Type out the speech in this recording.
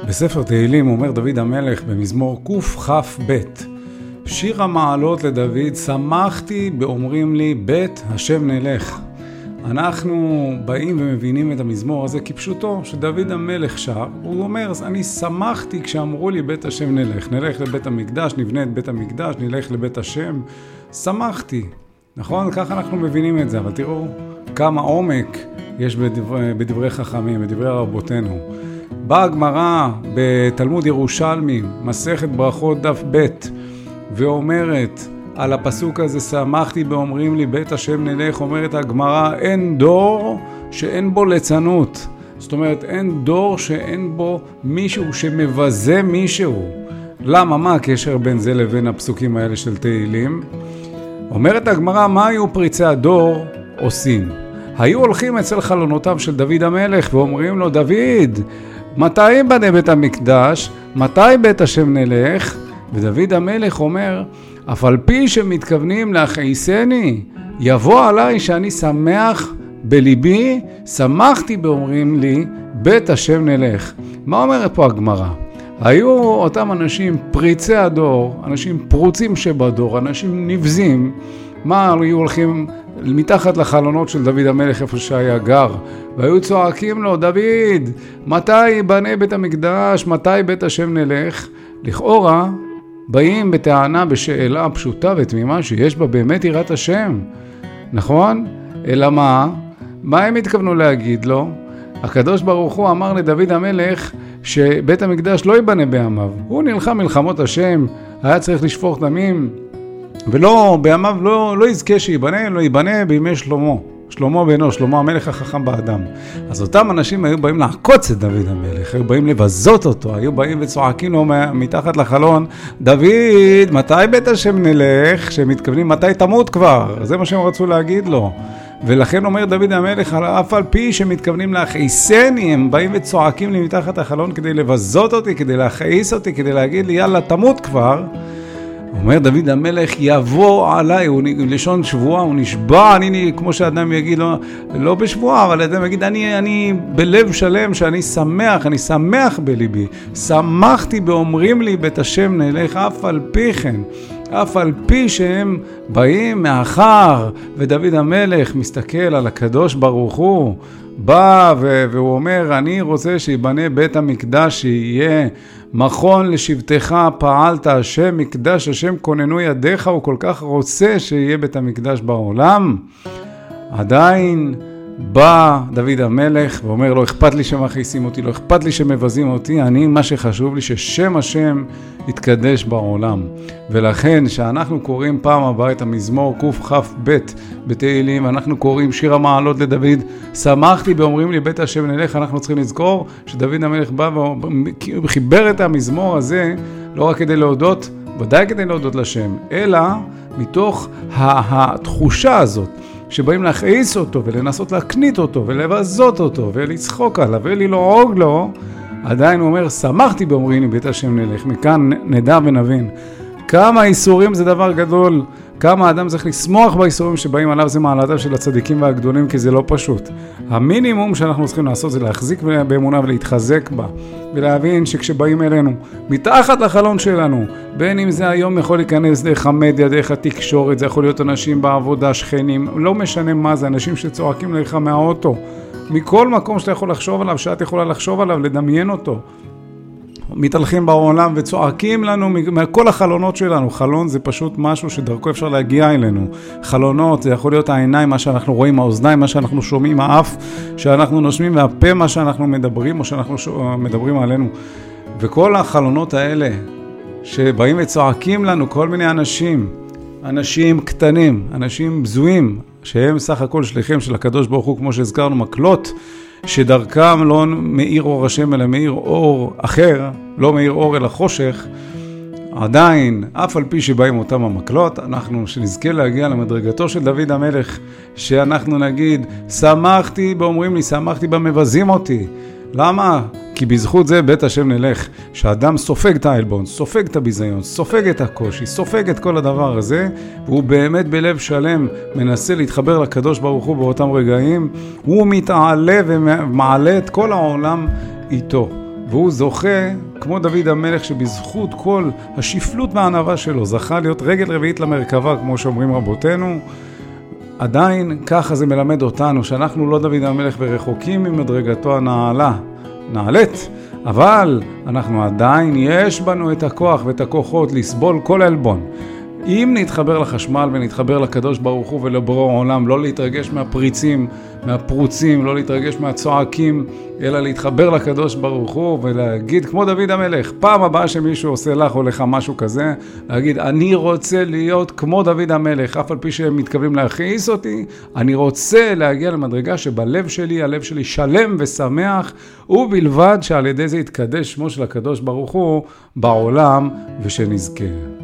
בספר תהילים אומר דוד המלך במזמור קכ"ב, שיר המעלות לדוד, שמחתי באומרים לי בית השם נלך. אנחנו באים ומבינים את המזמור הזה כפשוטו, שדוד המלך שר, הוא אומר, אני שמחתי כשאמרו לי בית השם נלך, נלך לבית המקדש, נבנה את בית המקדש, נלך לבית השם, שמחתי. נכון? ככה אנחנו מבינים את זה, אבל תראו כמה עומק יש בדברי חכמים, בדברי רבותינו. באה הגמרא בתלמוד ירושלמי, מסכת ברכות דף ב', ואומרת על הפסוק הזה, שמחתי באומרים לי בית השם נלך, אומרת הגמרא, אין דור שאין בו ליצנות. זאת אומרת, אין דור שאין בו מישהו שמבזה מישהו. למה? מה הקשר בין זה לבין הפסוקים האלה של תהילים? אומרת הגמרא, מה היו פריצי הדור עושים? היו הולכים אצל חלונותיו של דוד המלך ואומרים לו, דוד, מתי בנה בית המקדש? מתי בית השם נלך? ודוד המלך אומר, אף על פי שמתכוונים להכעיסני, יבוא עליי שאני שמח בליבי, שמחתי באומרים לי, בית השם נלך. מה אומרת פה הגמרא? היו אותם אנשים פריצי הדור, אנשים פרוצים שבדור, אנשים נבזים, מה היו הולכים מתחת לחלונות של דוד המלך איפה שהיה גר, והיו צועקים לו, דוד, מתי בנה בית המקדש, מתי בית השם נלך? לכאורה, באים בטענה בשאלה פשוטה ותמימה שיש בה באמת יראת השם, נכון? אלא מה הם התכוונו להגיד לו? הקדוש ברוך הוא אמר לדוד המלך שבית המקדש לא ייבנה בימיו. הוא נלחם מלחמות השם, היה צריך לשפוך דמים, ולא, בימיו לא יזכה שיבנה, לא ייבנה בימי שלמה. שלמה בנו, שלמה המלך החכם באדם. אז אותם אנשים היו באים לעקוץ את דוד המלך, היו באים לבזות אותו, היו באים וצועקים לו מתחת לחלון, דוד, מתי בית השם נלך? שהם מתכוונים, מתי תמות כבר? זה מה שהם רצו להגיד לו. ולכן אומר דוד המלך, אף על פי שמתכוונים להכעיסני, הם באים וצועקים לי מתחת החלון כדי לבזות אותי, כדי להכעיס אותי, כדי להגיד לי, יאללה, תמות כבר. אומר דוד המלך, יבוא עליי, הוא לשון שבועה, הוא נשבע, אני, כמו שאדם יגיד, לא בשבועה, אבל אדם יגיד, אני בלב שלם, שאני שמח, אני שמח בליבי, שמחתי באומרים לי, בית השם נלך, אף על פי כן, אף על פי שהם באים מאחר, ודוד המלך מסתכל על הקדוש ברוך הוא, בא והוא אומר, אני רוצה שיבנה בית המקדש, שיהיה מכון לשבטך, פעלת השם, מקדש השם כוננו ידיך, הוא כל כך רוצה שיהיה בית המקדש בעולם. עדיין בא דוד המלך ואומר לו, אכפת לי שמכעיסים אותי, לא אכפת לי שמבזים אותי, מה שחשוב לי ששם השם יתקדש בעולם. ולכן שאנחנו קוראים פעם הבאה את המזמור קכ"ב בתהילים, אנחנו קוראים שיר המעלות לדוד, שמחתי באומרים לי בית השם נלך, אנחנו צריכים לזכור שדוד המלך בא וחיבר את המזמור הזה לא רק כדי להודות, ודאי כדי להודות לשם, אלא מתוך התחושה הזאת שבאים להכעיס אותו ולנסות להקנית אותו ולבזות אותו ולצחוק עליו וללעוג לו, עדיין הוא אומר, שמחתי באומרים לי בית השם נלך. מכאן נדע ונבין כמה איסורים זה דבר גדול, כמה האדם צריך לשמוח באיסורים שבאים עליו, זה מעלתם של הצדיקים והגדולים, כי זה לא פשוט. המינימום שאנחנו צריכים לעשות זה להחזיק באמונה ולהתחזק בה, ולהבין שכשבאים אלינו מתחת לחלון שלנו, בין אם זה היום יכול להיכנס דרך המדיה, דרך התקשורת, זה יכול להיות אנשים בעבודה, שכנים, לא משנה מה זה, אנשים שצועקים לך מהאוטו, מכל מקום שאתה יכול לחשוב עליו, שאת יכולה לחשוב עליו, לדמיין אותו, מתהלכים בעולם וצועקים לנו מכל החלונות שלנו. חלון זה פשוט משהו שדרכו אפשר להגיע אלינו. חלונות זה יכול להיות העיניים, מה שאנחנו רואים, האוזניים, מה שאנחנו שומעים, האף שאנחנו נושמים, והפה מה שאנחנו מדברים או שאנחנו מדברים עלינו. וכל החלונות האלה שבאים וצועקים לנו כל מיני אנשים קטנים, אנשים בזויים, שהם סך הכל שליחים של הקדוש ברוך הוא, כמו שהזכרנו, מקלות, שדרכם לא מאיר אור השם אלא מאיר אור אחר, לא מאיר אור אלא חושך, עדיין, אף על פי שבאים אותם המקלות, אנחנו שנזכה להגיע למדרגתו של דוד המלך, שאנחנו נגיד, שמחתי באומרים לי, שמחתי במבזים אותי. למה? כי בזכות זה בית השם נלך, שאדם סופג את העלבון, סופג את הביזיון, סופג את הקושי, סופג את כל הדבר הזה, והוא באמת בלב שלם מנסה להתחבר לקדוש ברוך הוא באותם רגעים, הוא מתעלה ומעלה את כל העולם איתו. והוא זוכה, כמו דוד המלך, שבזכות כל השפלות והענווה שלו, זכה להיות רגל רביעית למרכבה, כמו שאומרים רבותינו. עדיין ככה זה מלמד אותנו, שאנחנו לא דוד המלך ורחוקים ממדרגתו נעלית, אבל אנחנו עדיין, יש בנו את הכוח ואת הכוחות לסבול כל העלבון. אם נתחבר לחשמל ונתחבר לקדוש ברוך הוא ולבורא העולם, לא להתרגש מהפריצים, מהפרוצים, לא להתרגש מהצועקים, אלא להתחבר לקדוש ברוך הוא ולהגיד כמו דוד המלך, פעם הבאה שמישהו עושה לך או לך משהו כזה, להגיד אני רוצה להיות כמו דוד המלך, אף על פי שהם מתכוונים להכעיס אותי, אני רוצה להגיע למדרגה שבלב שלי, הלב שלי שלם ושמח, ובלבד שעל ידי זה יתקדש שמו של הקדוש ברוך הוא בעולם ושנזכה.